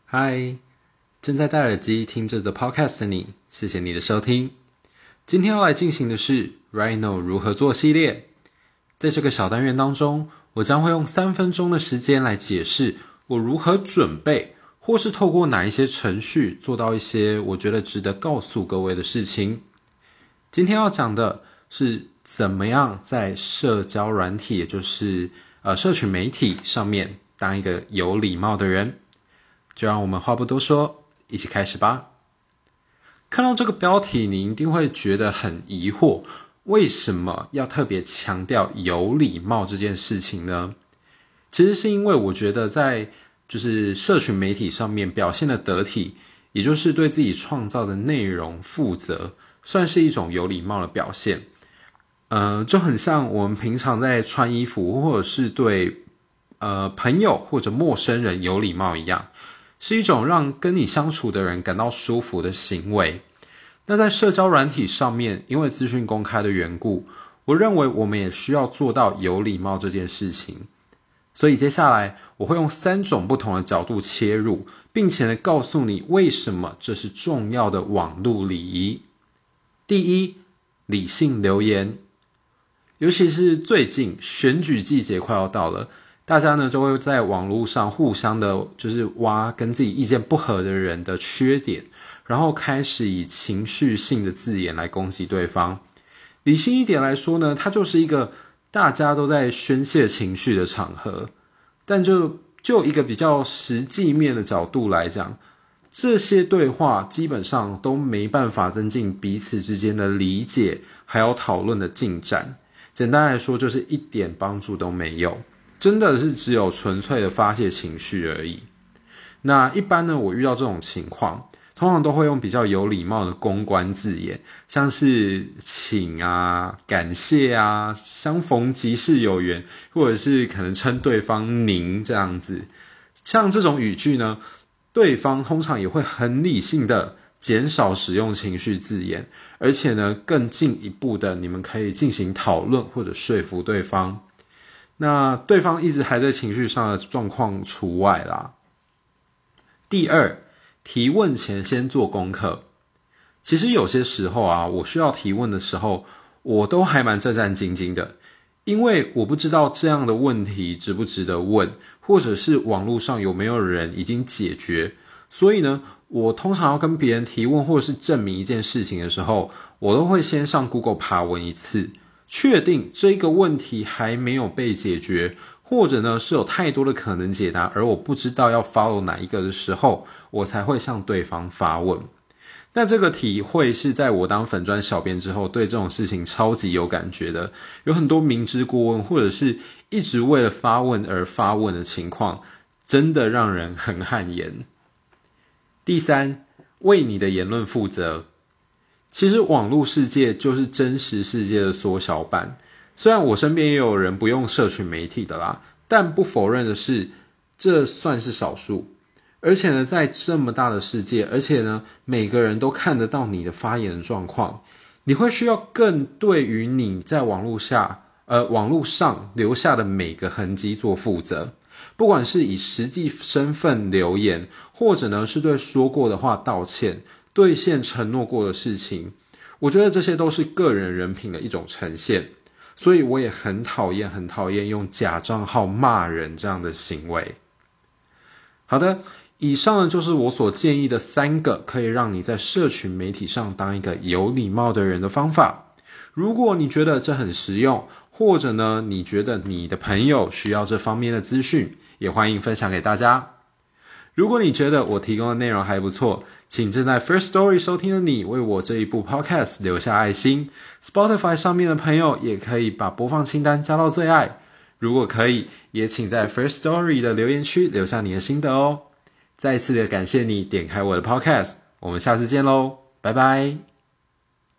嗨，正在戴耳机听着的 podcast 的你，谢谢你的收听。今天要来进行的是 Rhino 如何做系列。在这个小单元当中，我将会用3分钟的时间来解释我如何准备，或是透过哪一些程序做到一些我觉得值得告诉各位的事情。今天要讲的是怎么样在社交软体，也就是社群媒体上面当一个有礼貌的人。就让我们话不多说，一起开始吧。看到这个标题，你一定会觉得很疑惑，为什么要特别强调有礼貌这件事情呢？其实是因为我觉得在社群媒体上面表现的得体，也就是对自己创造的内容负责，算是一种有礼貌的表现。就很像我们平常在穿衣服，或者是对朋友或者陌生人有礼貌一样，是一种让跟你相处的人感到舒服的行为。那在社交软体上面，因为资讯公开的缘故，我认为我们也需要做到有礼貌这件事情。所以接下来我会用3种不同的角度切入，并且呢告诉你为什么这是重要的网络礼仪。第一，理性留言。尤其是最近选举季节快要到了，大家呢就会在网络上互相的挖跟自己意见不合的人的缺点，然后开始以情绪性的字眼来攻击对方。理性一点来说呢，它就是一个大家都在宣泄情绪的场合。但就一个比较实际面的角度来讲，这些对话基本上都没办法增进彼此之间的理解还有讨论的进展。简单来说，就是一点帮助都没有，真的是只有纯粹的发泄情绪而已。那一般呢，我遇到这种情况，通常都会用比较有礼貌的公关字眼，像是请啊、感谢啊、相逢即是有缘，或者是可能称对方您这样子。像这种语句呢，对方通常也会很理性的减少使用情绪字眼，而且呢，更进一步的，你们可以进行讨论或者说服对方。那对方一直还在情绪上的状况除外啦。第二，提问前先做功课。其实有些时候啊，我需要提问的时候，我都还蛮战战兢兢的，因为我不知道这样的问题值不值得问，或者是网络上有没有人已经解决。所以呢，我通常要跟别人提问或者是证明一件事情的时候，我都会先上 Google 爬文一次，确定这个问题还没有被解决，或者呢是有太多的可能解答，而我不知道要 follow 哪一个的时候，我才会向对方发问。那这个体会是在我当粉专小编之后，对这种事情超级有感觉的。有很多明知故问，或者是一直为了发问而发问的情况，真的让人很汗颜。第三，为你的言论负责。其实网络世界就是真实世界的缩小版，虽然我身边也有人不用社群媒体的啦，但不否认的是，这算是少数。而且呢，在这么大的世界，而且呢，每个人都看得到你的发言的状况，你会需要更对于你在网络上留下的每个痕迹做负责。不管是以实际身份留言，或者呢是对说过的话道歉，兑现承诺过的事情，我觉得这些都是个人人品的一种呈现。所以我也很讨厌用假账号骂人这样的行为。好的，以上呢就是我所建议的3个可以让你在社群媒体上当一个有礼貌的人的方法。如果你觉得这很实用，或者呢你觉得你的朋友需要这方面的资讯，也欢迎分享给大家。如果你觉得我提供的内容还不错，请正在 First Story 收听的你为我这一部 Podcast 留下爱心。Spotify 上面的朋友也可以把播放清单加到最爱。如果可以，也请在 First Story 的留言区留下你的心得哦。再一次的感谢你点开我的 Podcast， 我们下次见咯，拜拜。